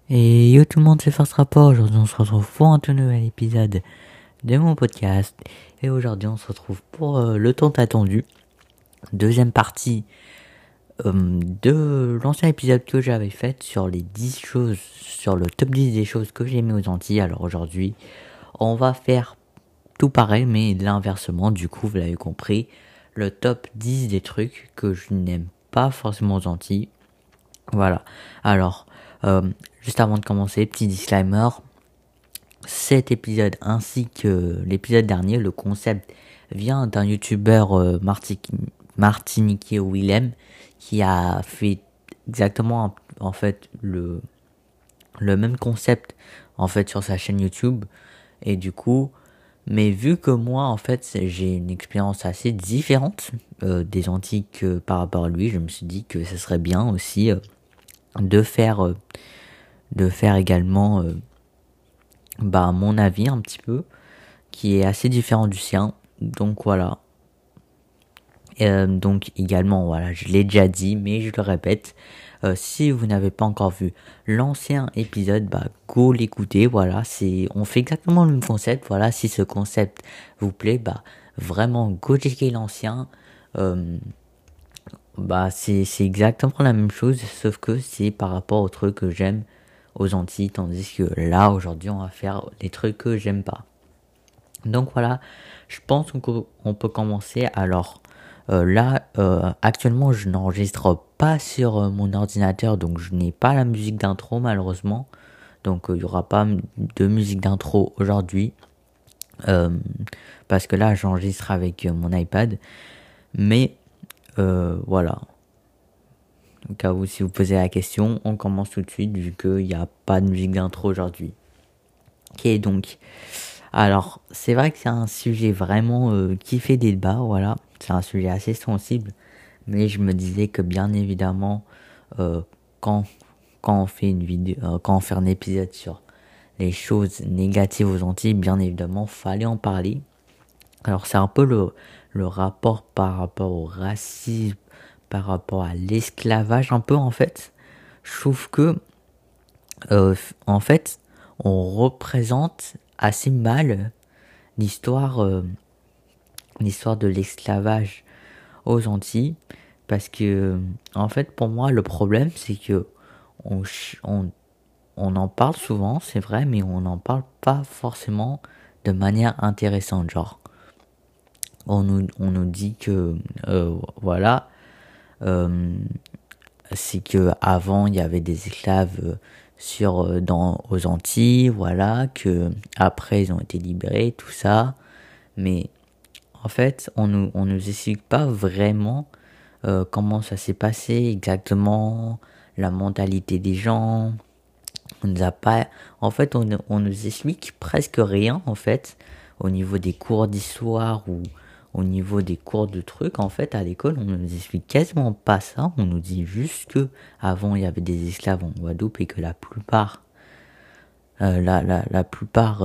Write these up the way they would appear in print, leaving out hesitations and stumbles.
Et yo tout le monde, c'est Force Rapport. Aujourd'hui, on se retrouve pour un tout nouvel épisode de mon podcast. Et aujourd'hui, on se retrouve pour le temps attendu. Deuxième partie de l'ancien épisode que j'avais fait sur les 10 choses, sur le top 10 des choses que j'ai mis aux Antilles. Alors aujourd'hui, on va faire tout pareil, mais l'inversement. Du coup, vous l'avez compris, le top 10 des trucs que je n'aime pas forcément aux Antilles. Voilà. Alors, juste avant de commencer, petit disclaimer. Cet épisode ainsi que l'épisode dernier, le concept vient d'un youtubeur martiniquais Willem qui a fait exactement en fait le même concept en fait sur sa chaîne YouTube et du coup mais vu que moi en fait j'ai une expérience assez différente des Antilles que par rapport à lui, je me suis dit que ce serait bien aussi de faire également mon avis un petit peu qui est assez différent du sien. Donc voilà. Donc également, voilà, je l'ai déjà dit, mais je le répète. Si vous n'avez pas encore vu l'ancien épisode, go l'écouter. Voilà, on fait exactement le même concept. Voilà, si ce concept vous plaît, vraiment go checker l'ancien. Euh, c'est exactement la même chose, sauf que c'est par rapport aux trucs que j'aime aux Antilles, tandis que là aujourd'hui on va faire les trucs que j'aime pas. Donc voilà, je pense qu'on peut commencer. Alors là, actuellement, je n'enregistre pas sur mon ordinateur, donc je n'ai pas la musique d'intro malheureusement. Donc il n'y aura pas de musique d'intro aujourd'hui. Euh, Parce que là, j'enregistre avec mon iPad. Mais voilà. Au cas où si vous posez la question, on commence tout de suite vu qu'il n'y a pas de musique d'intro aujourd'hui. Ok, donc alors, c'est vrai que c'est un sujet vraiment qui fait débat, voilà. C'est un sujet assez sensible, mais je me disais que bien évidemment, euh, quand, quand on fait une vidéo, quand on fait un épisode sur les choses négatives aux Antilles, bien évidemment, fallait en parler. Alors, c'est un peu le rapport par rapport au racisme, par rapport à l'esclavage, un peu en fait. Je trouve que, en fait, on représente assez mal l'histoire l'histoire de l'esclavage aux Antilles parce que en fait pour moi le problème c'est que on, on, on en parle souvent c'est vrai mais on n'en parle pas forcément de manière intéressante genre on nous dit que voilà euh, c'est que avant il y avait des esclaves aux Antilles voilà que après ils ont été libérés tout ça mais en fait, on nous explique pas vraiment comment ça s'est passé exactement, la mentalité des gens. On nous a pas, en fait, on nous explique presque rien en fait au niveau des cours d'histoire ou au niveau des cours de trucs. En fait, à l'école, on nous explique quasiment pas ça. On nous dit juste que avant il y avait des esclaves en Guadeloupe et que la plupart, la plupart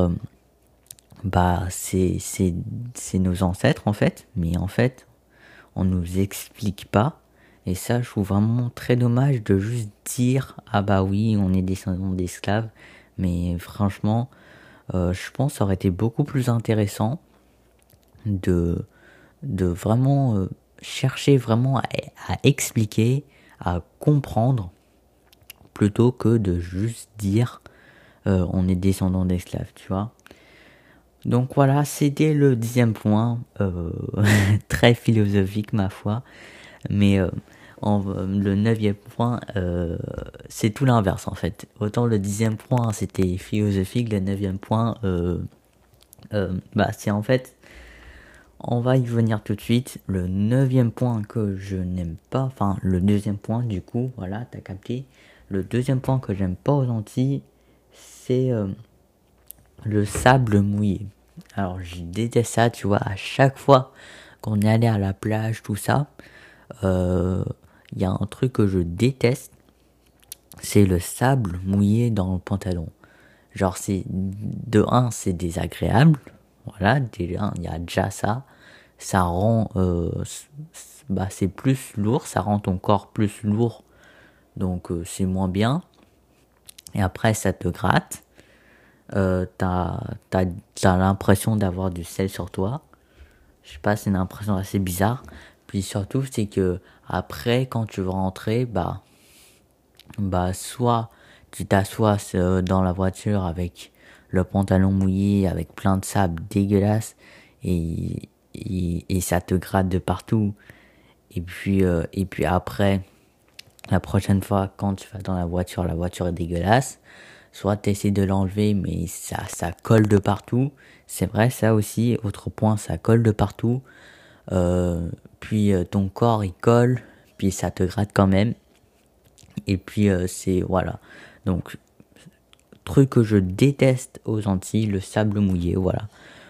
c'est nos ancêtres en fait, mais en fait, on nous explique pas. Et ça, je trouve vraiment très dommage de juste dire ah bah oui, on est descendants d'esclaves. Mais franchement, je pense que ça aurait été beaucoup plus intéressant de vraiment chercher vraiment à expliquer, à comprendre, plutôt que de juste dire on est descendants d'esclaves, tu vois. Donc voilà, c'était le 10e point, très philosophique ma foi, mais le 9e point, c'est tout l'inverse en fait. Autant le 10e point c'était philosophique, le 9e point, c'est en fait, on va y venir tout de suite. Le 9e point que je n'aime pas, enfin le deuxième point du coup, voilà, t'as capté. Le deuxième point que j'aime pas aux Antilles, c'est le sable mouillé. Alors je déteste ça, tu vois, à chaque fois qu'on est allé à la plage, tout ça, il y a un truc que je déteste, c'est le sable mouillé dans le pantalon. Genre c'est, de un, c'est désagréable, voilà, déjà, il y a déjà ça, ça rend, c'est plus lourd, ça rend ton corps plus lourd, donc c'est moins bien. et après ça te gratte. T'as l'impression d'avoir du sel sur toi. Je sais pas, c'est une impression assez bizarre. Puis surtout, c'est que après, quand tu veux rentrer, soit tu t'assois dans la voiture avec le pantalon mouillé, avec plein de sable dégueulasse, et ça te gratte de partout. Et puis après, la prochaine fois, quand tu vas dans la voiture est dégueulasse. Soit tu essaies de l'enlever, mais ça colle de partout. C'est vrai, ça aussi, autre point, ça colle de partout. Puis ton corps, il colle, puis ça te gratte quand même. Et puis voilà. Donc, truc que je déteste aux Antilles, le sable mouillé, voilà.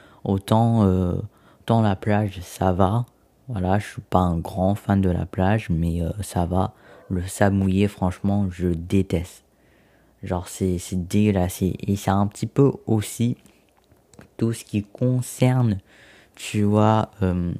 Autant la plage, ça va. Voilà, je suis pas un grand fan de la plage, mais ça va. Le sable mouillé, franchement, je déteste. Genre c'est dégueulasse. Et c'est un petit peu aussi tout ce qui concerne, tu vois,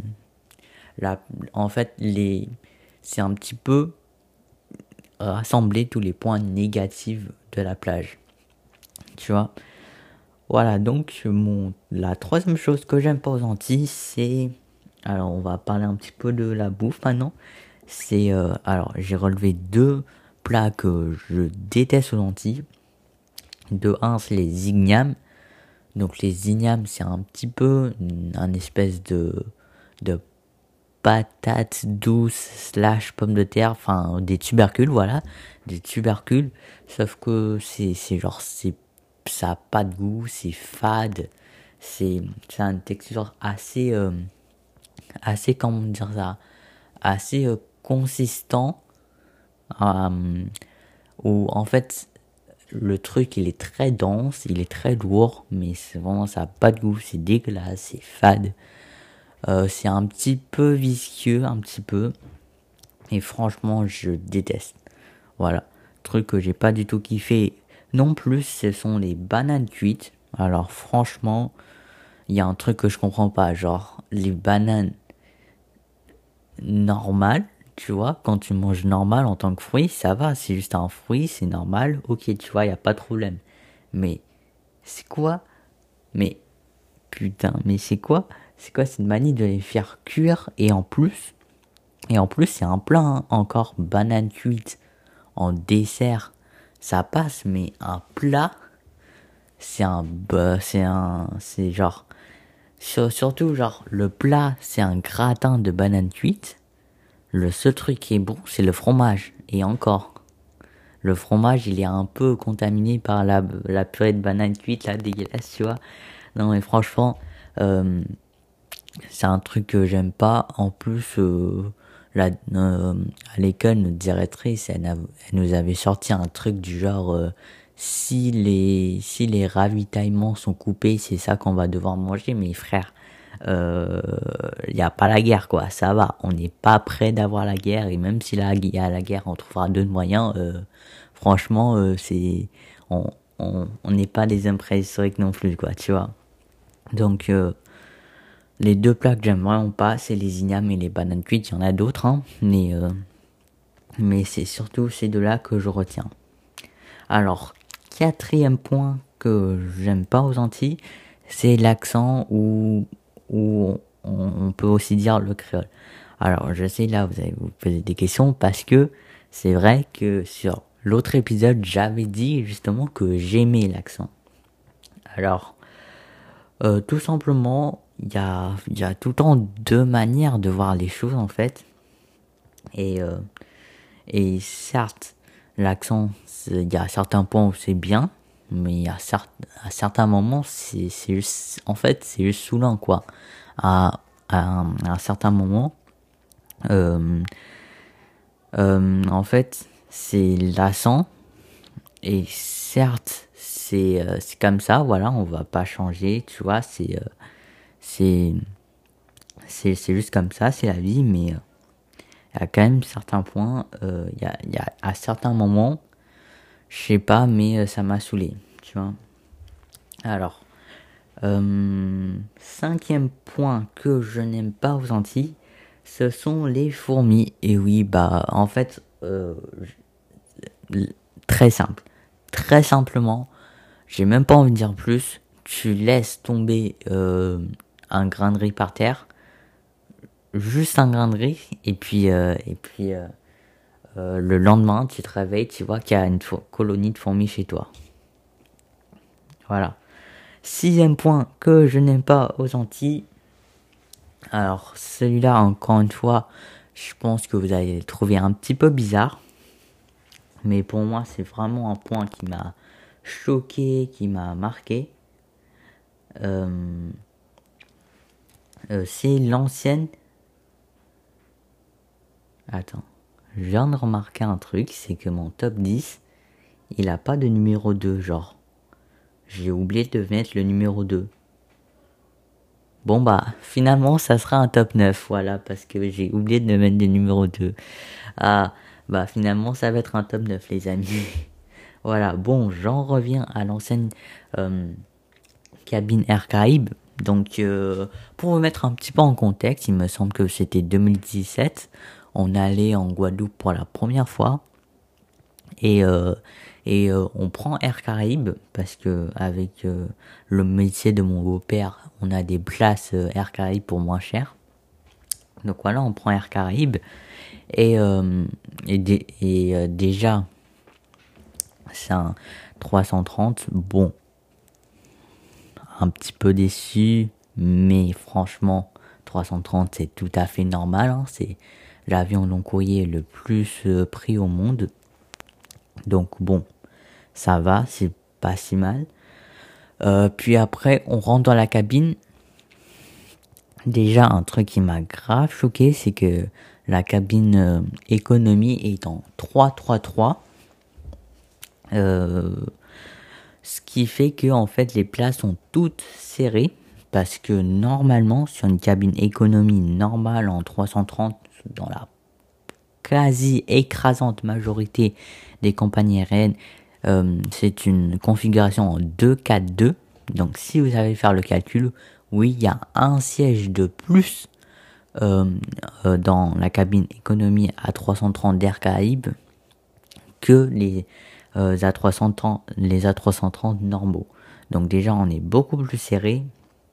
en fait, c'est un petit peu rassembler tous les points négatifs de la plage. Tu vois. Voilà, donc la troisième chose que j'aime pas aux Antilles, c'est... Alors, on va parler un petit peu de la bouffe maintenant. Alors, j'ai relevé 2 plats que je déteste aux Antilles. De un, c'est les ignames. Donc les ignames, c'est un petit peu un espèce de patate douce slash pomme de terre, enfin des tubercules, voilà, des tubercules. Sauf que ça a pas de goût, c'est fade, ça a une texture assez comment dire ça, assez consistant, où en fait le truc il est très dense, il est très lourd, mais c'est vraiment ça a pas de goût, c'est dégueulasse, c'est fade. C'est un petit peu visqueux, un petit peu. Et franchement, je déteste. Voilà. Truc que j'ai pas du tout kiffé non plus, ce sont les bananes cuites. Alors franchement, il y a un truc que je comprends pas. Genre, les bananes normales, tu vois, quand tu manges normal en tant que fruit, ça va. C'est juste un fruit, c'est normal. Ok, tu vois, il y a pas de problème. Mais c'est quoi? Mais putain, mais c'est quoi? C'est quoi cette manie de les faire cuire et en plus c'est un plat hein, encore banane cuite en dessert, ça passe mais un plat c'est genre surtout genre le plat c'est un gratin de banane cuite. Le seul truc qui est bon c'est le fromage et encore le fromage il est un peu contaminé par la purée de banane cuite là dégueulasse tu vois. Non mais franchement c'est un truc que j'aime pas. En plus, à l'école, notre directrice, elle nous avait sorti un truc du genre si les ravitaillements sont coupés, c'est ça qu'on va devoir manger. Mais frère, y a pas la guerre quoi. Ça va, on n'est pas prêt d'avoir la guerre et même si il y a la guerre, on trouvera d'autres moyens. Franchement, on n'est pas des hommes préhistoriques non plus quoi, tu vois. Donc les 2 plats que j'aime vraiment pas, c'est les ignames et les bananes cuites. Il y en a d'autres, hein, mais c'est surtout ces 2-là que je retiens. Alors, quatrième point que j'aime pas aux Antilles, c'est l'accent ou on peut aussi dire le créole. Alors, je sais là, vous allez vous poser des questions parce que c'est vrai que sur l'autre épisode, j'avais dit justement que j'aimais l'accent. Alors, tout simplement, il y a tout le temps 2 manières de voir les choses en fait. Et certes, l'accent, il y a certains points où c'est bien, mais à certains moments, c'est juste, en fait, c'est juste saoulant quoi. À un certain moment, en fait, c'est lassant. Et certes, c'est comme ça, voilà, on va pas changer, tu vois, c'est c'est juste comme ça, c'est la vie, mais il y a quand même certains points, il y a à certains moments, je sais pas, mais ça m'a saoulé, tu vois. Alors, cinquième point que je n'aime pas aux Antilles, ce sont les fourmis. Et oui, en fait, très simple. très simplement, j'ai même pas envie de dire plus, tu laisses tomber un grain de riz par terre, juste un grain de riz, et puis le lendemain, tu te réveilles, tu vois qu'il y a une colonie de fourmis chez toi. Voilà. 6e point que je n'aime pas aux Antilles. Alors, celui-là, encore une fois, je pense que vous allez le trouver un petit peu bizarre. Mais pour moi, c'est vraiment un point qui m'a choqué, qui m'a marqué. C'est l'ancienne... Attends. Je viens de remarquer un truc, c'est que mon top 10, il a pas de numéro 2, genre. J'ai oublié de mettre le numéro 2. Bon bah, finalement, ça sera un top 9, voilà, parce que j'ai oublié de mettre des numéros 2. Ah, bah finalement, ça va être un top 9, les amis. Voilà, bon, j'en reviens à l'ancienne cabine Air Caraïbes. Donc, pour vous mettre un petit peu en contexte, il me semble que c'était 2017. On allait en Guadeloupe pour la première fois. Et on prend Air Caraïbes parce que avec le métier de mon beau-père, on a des places Air Caraïbes pour moins cher. Donc voilà, on prend Air Caraïbes et déjà c'est un 330. Bon, un petit peu déçu, mais franchement 330 c'est tout à fait normal. Hein. C'est l'avion long courrier le plus pris au monde. Donc bon, ça va, c'est pas si mal. Puis après, on rentre dans la cabine. Déjà, un truc qui m'a grave choqué, c'est que la cabine économie est en 3-3-3. Ce qui fait que en fait les places sont toutes serrées. Parce que normalement, sur une cabine économie normale en 330, dans la quasi écrasante majorité des compagnies aériennes, c'est une configuration en 2-4-2. Donc si vous savez faire le calcul, oui, il y a un siège de plus dans la cabine économie A330 d'Air Caraïbes que les A330 normaux. Donc déjà on est beaucoup plus serré.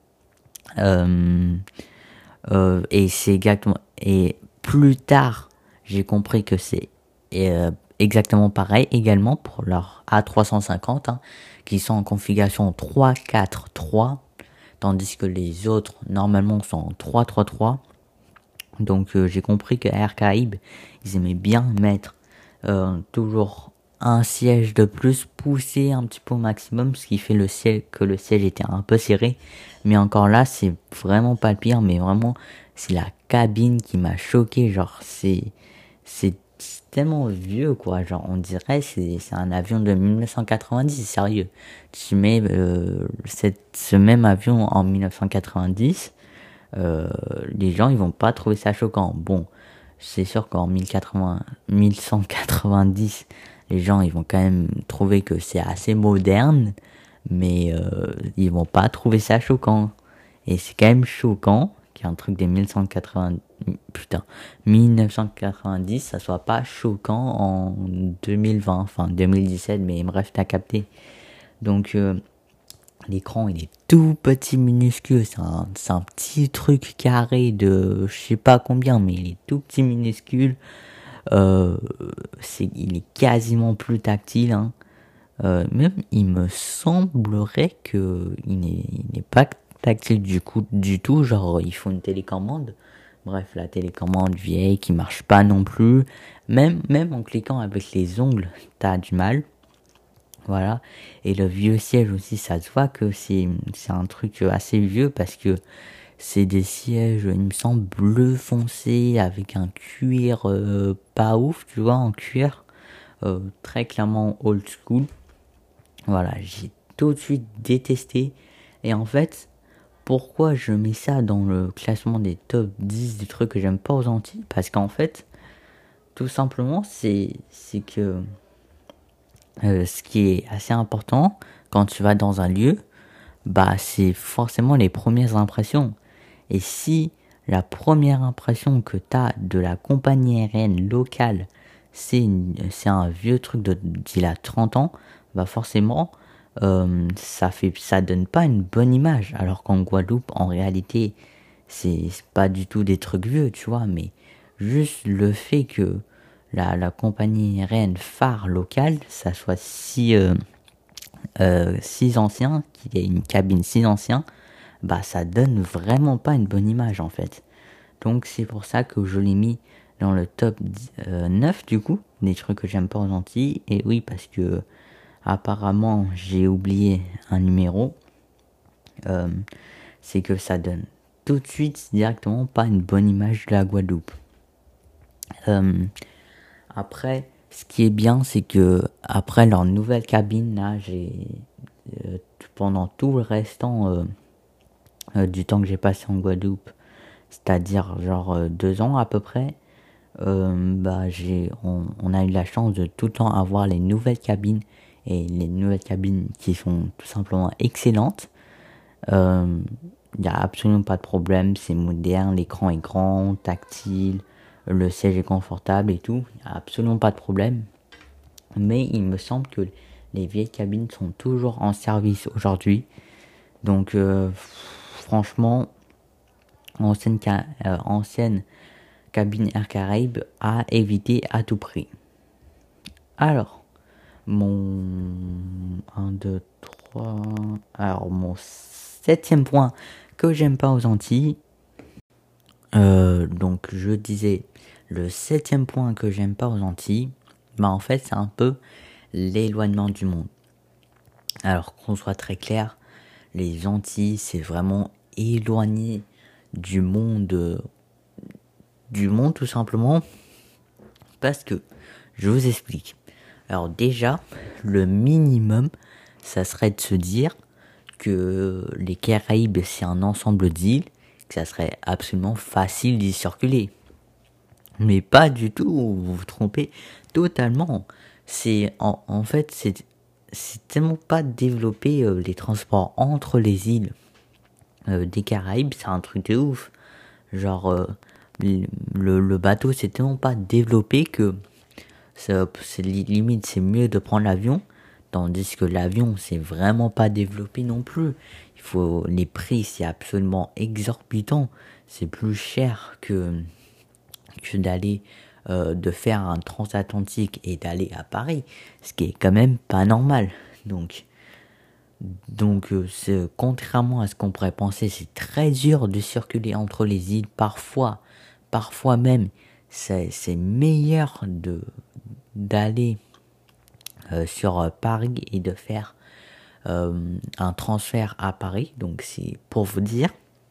Et c'est exactement. Et plus tard, j'ai compris que c'est exactement pareil également pour leur A350, hein, qui sont en configuration 3-4-3, tandis que les autres normalement sont en 3-3-3. Donc j'ai compris que Air Caraïbes, ils aimaient bien mettre toujours un siège de plus, poussé un petit peu au maximum, ce qui fait que le siège était un peu serré. Mais encore là, c'est vraiment pas le pire, mais vraiment, c'est la cabine qui m'a choqué. Genre, c'est tellement vieux, quoi. Genre, on dirait c'est un avion de 1990, sérieux. Tu mets ce même avion en 1990, les gens, ils vont pas trouver ça choquant. Bon, c'est sûr qu'en 1190, les gens ils vont quand même trouver que c'est assez moderne, mais ils vont pas trouver ça choquant. Et c'est quand même choquant qu'un truc des 1990, ça soit pas choquant en 2020, enfin 2017, mais bref, t'as capté. Donc l'écran il est tout petit minuscule, c'est un petit truc carré de je sais pas combien, mais il est tout petit minuscule. Il est quasiment plus tactile, hein. Même il me semblerait que il n'est pas tactile du tout, genre il faut une télécommande. Bref, la télécommande vieille qui marche pas non plus. Même en cliquant avec les ongles, t'as du mal. Voilà. Et le vieux siège aussi, ça se voit que c'est un truc assez vieux parce que c'est des sièges, il me semble, bleu foncé avec un cuir pas ouf, tu vois, en cuir. Très clairement old school. Voilà, j'ai tout de suite détesté. Et en fait, pourquoi je mets ça dans le classement des top 10 des trucs que j'aime pas aux Antilles? Parce qu'en fait, tout simplement, c'est que ce qui est assez important quand tu vas dans un lieu, bah c'est forcément les premières impressions. Et si la première impression que tu as de la compagnie aérienne locale, c'est un vieux truc d'il y a 30 ans, bah forcément, ça donne pas une bonne image. Alors qu'en Guadeloupe, en réalité, c'est pas du tout des trucs vieux, tu vois, mais juste le fait que la compagnie aérienne phare locale, ça soit si ancien, qu'il y ait une cabine si ancien, bah ça donne vraiment pas une bonne image en fait. Donc c'est pour ça que je l'ai mis dans le top 9 du coup, des trucs que j'aime pas aux Antilles. Et oui, parce que apparemment j'ai oublié un numéro. C'est que ça donne tout de suite directement pas une bonne image de la Guadeloupe. Après, ce qui est bien, c'est que après leur nouvelle cabine, là, pendant tout le restant du temps que j'ai passé en Guadeloupe, c'est-à-dire genre 2 ans à peu près, on a eu la chance de tout le temps avoir les nouvelles cabines et les nouvelles cabines qui sont tout simplement excellentes. Il n'y a absolument pas de problème, c'est moderne, l'écran est grand, tactile, le siège est confortable et tout, il n'y a absolument pas de problème. Mais il me semble que les vieilles cabines sont toujours en service aujourd'hui. Donc franchement, ancienne cabine Air Caraïbes à éviter à tout prix. Alors, mon 1, 2, 3... Alors, mon 7e point que j'aime pas aux Antilles. Donc, je disais, le 7e point que j'aime pas aux Antilles, bah en fait, c'est un peu l'éloignement du monde. Alors, qu'on soit très clair, les Antilles, c'est vraiment éloigné du monde tout simplement, parce que je vous explique. Alors déjà, le minimum, ça serait de se dire que les Caraïbes, c'est un ensemble d'îles, que ça serait absolument facile d'y circuler. Mais pas du tout, vous vous trompez totalement. C'est en fait, c'est tellement pas développé les transports entre les îles des Caraïbes, c'est un truc de ouf. Genre, le bateau c'est tellement pas développé que c'est limite c'est mieux de prendre l'avion, tandis que l'avion c'est vraiment pas développé non plus. Les prix c'est absolument exorbitant, c'est plus cher que d'aller de faire un transatlantique et d'aller à Paris, ce qui est quand même pas normal. Donc contrairement à ce qu'on pourrait penser, c'est très dur de circuler entre les îles. Parfois même, c'est meilleur d'aller sur Paris et de faire un transfert à Paris. Donc c'est pour vous dire.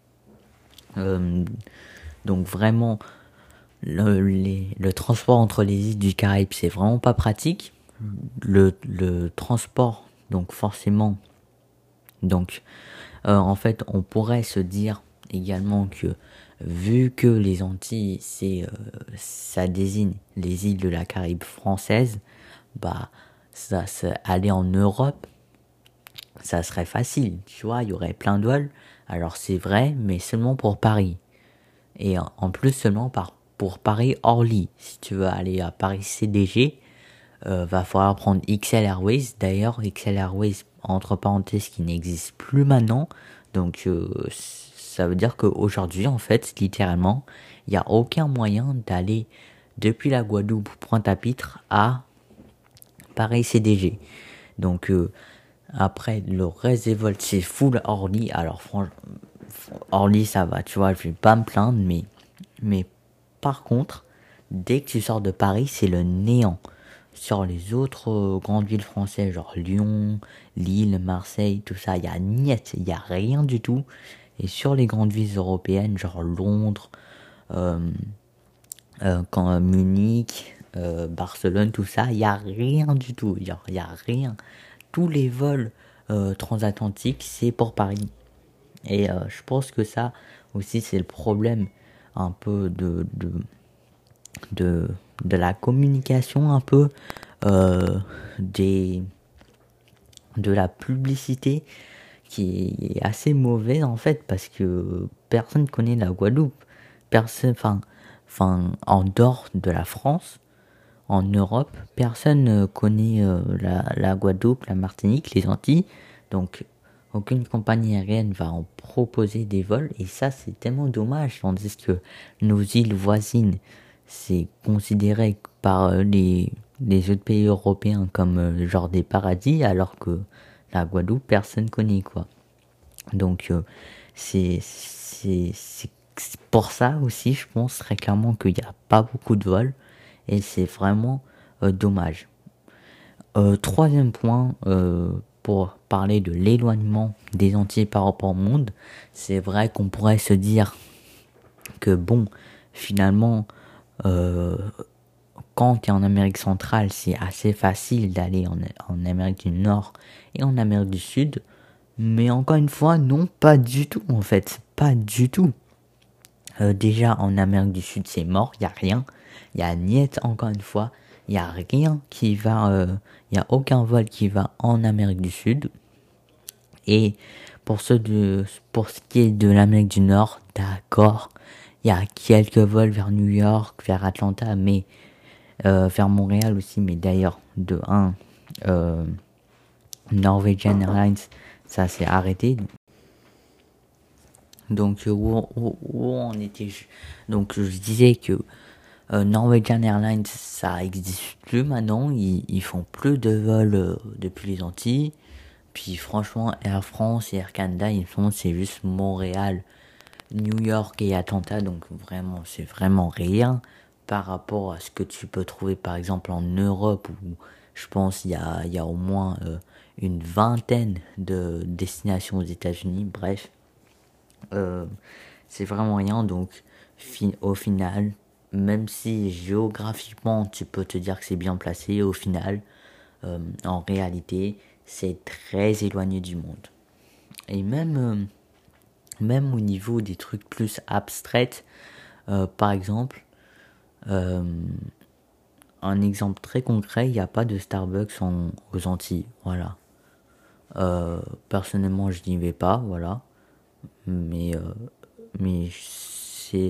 Donc vraiment, le transport entre les îles du Caraïbe, c'est vraiment pas pratique. Le transport, donc forcément. Donc, en fait, on pourrait se dire également que vu que les Antilles, ça désigne les îles de la Caraïbe française, bah, aller en Europe, ça serait facile, tu vois, il y aurait plein de vols. Alors c'est vrai, mais seulement pour Paris. Et en plus seulement pour Paris-Orly. Si tu veux aller à Paris-CDG, va falloir prendre XL Airways. D'ailleurs, XL Airways, entre parenthèses, qui n'existe plus maintenant. Donc, ça veut dire qu'aujourd'hui, en fait, littéralement, il n'y a aucun moyen d'aller depuis la Guadeloupe Pointe-à-Pitre à Paris-CDG. Donc, après, le reste des vols, c'est full Orly. Alors, franchement, Orly, ça va, tu vois, je vais pas me plaindre, mais par contre, dès que tu sors de Paris, c'est le néant. Sur les autres grandes villes françaises, genre Lyon, Lille, Marseille, tout ça, il y a niet, il y a rien du tout. Et sur les grandes villes européennes, genre Londres, Munich, Barcelone, tout ça, il y a rien du tout. Il y a rien. Tous les vols transatlantiques, c'est pour Paris. Et je pense que ça aussi, c'est le problème un peu de la communication, un peu de la publicité qui est assez mauvaise en fait, parce que personne connaît la Guadeloupe. En dehors de la France, en Europe, personne ne connaît la Guadeloupe, la Martinique, les Antilles. Donc, aucune compagnie aérienne va en proposer des vols. Et ça, c'est tellement dommage. Tandis que nos îles voisines, c'est considéré par les autres pays européens comme genre des paradis, alors que la Guadeloupe, personne connaît, quoi. Donc, c'est pour ça aussi, je pense très clairement qu'il n'y a pas beaucoup de vols. Et c'est vraiment dommage. Troisième point, pour parler de l'éloignement des Antilles par rapport au monde, c'est vrai qu'on pourrait se dire que bon, finalement, quand tu es en Amérique centrale, c'est assez facile d'aller en Amérique du Nord et en Amérique du Sud. Mais encore une fois, non, pas du tout en fait, pas du tout. Déjà en Amérique du Sud, c'est mort, il n'y a rien. Il y a niet, encore une fois. Il n'y a rien qui va... Il n'y a aucun vol qui va en Amérique du Sud. Et pour ce qui est de l'Amérique du Nord, d'accord. Il y a quelques vols vers New York, vers Atlanta, mais vers Montréal aussi. Mais d'ailleurs, de un, Norwegian Airlines, ça s'est arrêté. Donc où on était... Donc je disais que Norwegian Airlines, ça existe plus maintenant. Ils font plus de vols depuis les Antilles. Puis franchement, Air France et Air Canada, c'est juste Montréal, New York et Atlanta. Donc vraiment, c'est vraiment rien par rapport à ce que tu peux trouver par exemple en Europe où je pense il y a au moins une vingtaine de destinations aux États-Unis. Bref, c'est vraiment rien. Donc au final, même si géographiquement tu peux te dire que c'est bien placé, au final, en réalité, c'est très éloigné du monde. Et même au niveau des trucs plus abstraits, par exemple, un exemple très concret, il n'y a pas de Starbucks aux Antilles, voilà. Personnellement, je n'y vais pas, voilà. Mais c'est...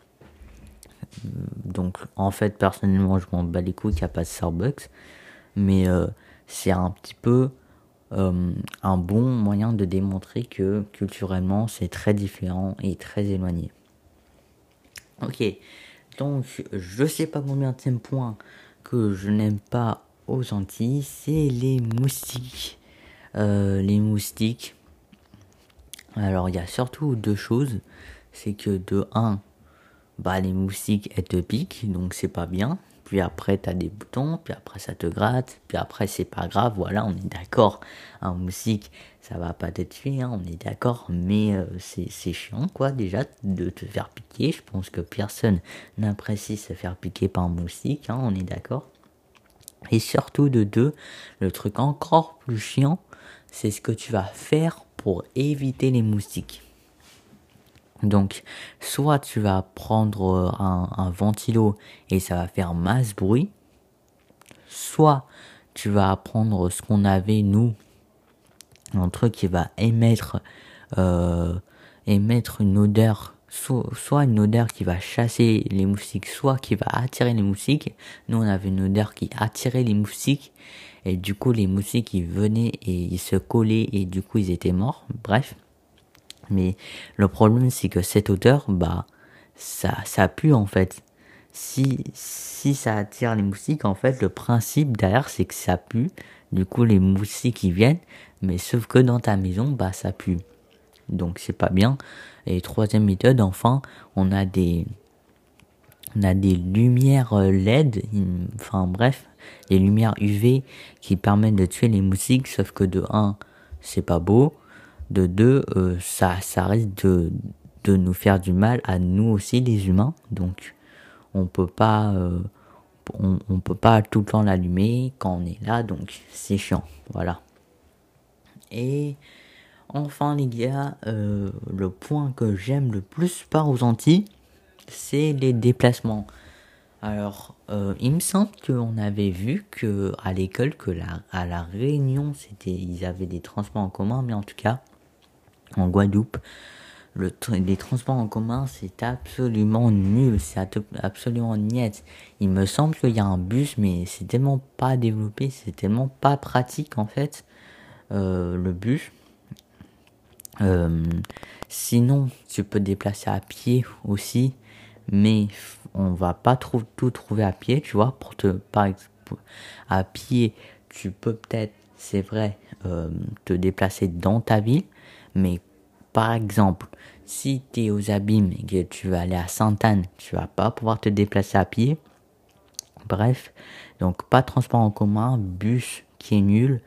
donc, en fait, personnellement, je m'en bats les couilles qu'il n'y a pas de Starbucks. Mais c'est un petit peu un bon moyen de démontrer que culturellement, c'est très différent et très éloigné. Ok, donc je sais pas combien de point que je n'aime pas aux Antilles, c'est les moustiques. Les moustiques, alors il y a surtout deux choses. C'est que de un, bah les moustiques elles te piquent, donc c'est pas bien. Puis après t'as des boutons, puis après ça te gratte, puis après c'est pas grave, voilà, on est d'accord. Un moustique, ça va pas te tuer, hein, on est d'accord, mais c'est chiant quoi déjà de te faire piquer. Je pense que personne n'apprécie se faire piquer par un moustique, hein, on est d'accord. Et surtout de deux, le truc encore plus chiant, c'est ce que tu vas faire pour éviter les moustiques. Donc, soit tu vas prendre un ventilo et ça va faire masse bruit, soit tu vas prendre ce qu'on avait nous, un truc qui va émettre une odeur, soit une odeur qui va chasser les moustiques, soit qui va attirer les moustiques. Nous on avait une odeur qui attirait les moustiques et du coup les moustiques ils venaient et ils se collaient et du coup ils étaient morts. Bref. Mais le problème, c'est que cette odeur, bah, ça pue en fait. Si ça attire les moustiques, en fait, le principe derrière, c'est que ça pue. Du coup, les moustiques, ils viennent. Mais sauf que dans ta maison, bah, ça pue. Donc, c'est pas bien. Et troisième méthode, enfin, on a des lumières LED. Enfin, bref, des lumières UV qui permettent de tuer les moustiques. Sauf que de un, c'est pas beau. De deux, ça risque de nous faire du mal à nous aussi les humains. Donc on peut pas tout le temps l'allumer quand on est là, donc c'est chiant. Voilà. Et enfin les gars, le point que j'aime le plus par aux Antilles, c'est les déplacements. Alors, il me semble qu'on avait vu que à l'école que à la Réunion, ils avaient des transports en commun, mais en tout cas en Guadeloupe, les transports en commun, c'est absolument nul, absolument niet. Il me semble qu'il y a un bus, mais c'est tellement pas développé, c'est tellement pas pratique en fait, le bus. Sinon, tu peux te déplacer à pied aussi, mais on va pas tout trouver à pied, tu vois. Par exemple, à pied, tu peux peut-être, c'est vrai, te déplacer dans ta ville, mais par exemple, si tu es aux Abîmes et que tu vas aller à Sainte-Anne, tu vas pas pouvoir te déplacer à pied. Bref, donc pas de transport en commun, bus qui est nul,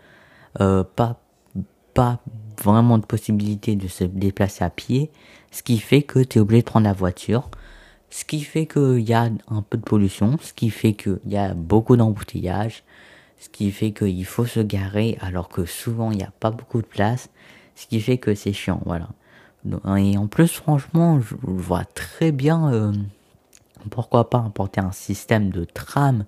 pas vraiment de possibilité de se déplacer à pied, ce qui fait que tu es obligé de prendre la voiture, ce qui fait qu'il y a un peu de pollution, ce qui fait qu'il y a beaucoup d'embouteillages, ce qui fait qu'il faut se garer alors que souvent il n'y a pas beaucoup de place, ce qui fait que c'est chiant, voilà. Et en plus, franchement, je vois très bien pourquoi pas importer un système de tram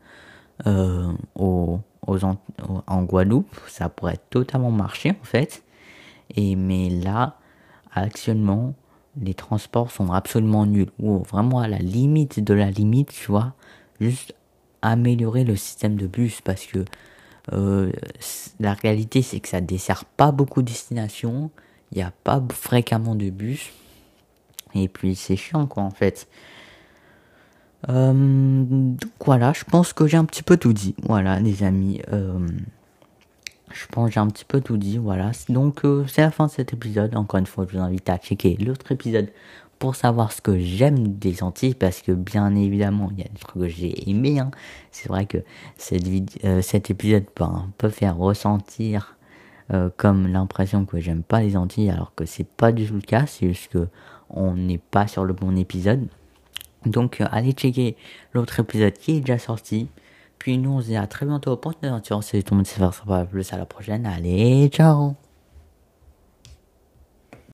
en Guadeloupe, ça pourrait totalement marcher en fait. Mais là, actuellement, les transports sont absolument nuls, ou vraiment à la limite de la limite, tu vois. Juste améliorer le système de bus parce que la réalité c'est que ça dessert pas beaucoup de destinations, il n'y a pas fréquemment de bus, et puis c'est chiant quoi en fait. Donc voilà, je pense que j'ai un petit peu tout dit. Voilà les amis, je pense que j'ai un petit peu tout dit. Voilà, donc c'est la fin de cet épisode. Encore une fois, je vous invite à checker l'autre épisode pour savoir ce que j'aime des Antilles, parce que bien évidemment il y a des trucs que j'ai aimé, hein. C'est vrai que cet épisode peut faire ressentir comme l'impression que j'aime pas les Antilles, alors que c'est pas du tout le cas, c'est juste que on n'est pas sur le bon épisode. Donc allez checker l'autre épisode qui est déjà sorti. Puis nous on se dit à très bientôt pour une aventure. C'est tout le monde, c'est faire ça, plus à la prochaine. Allez, ciao.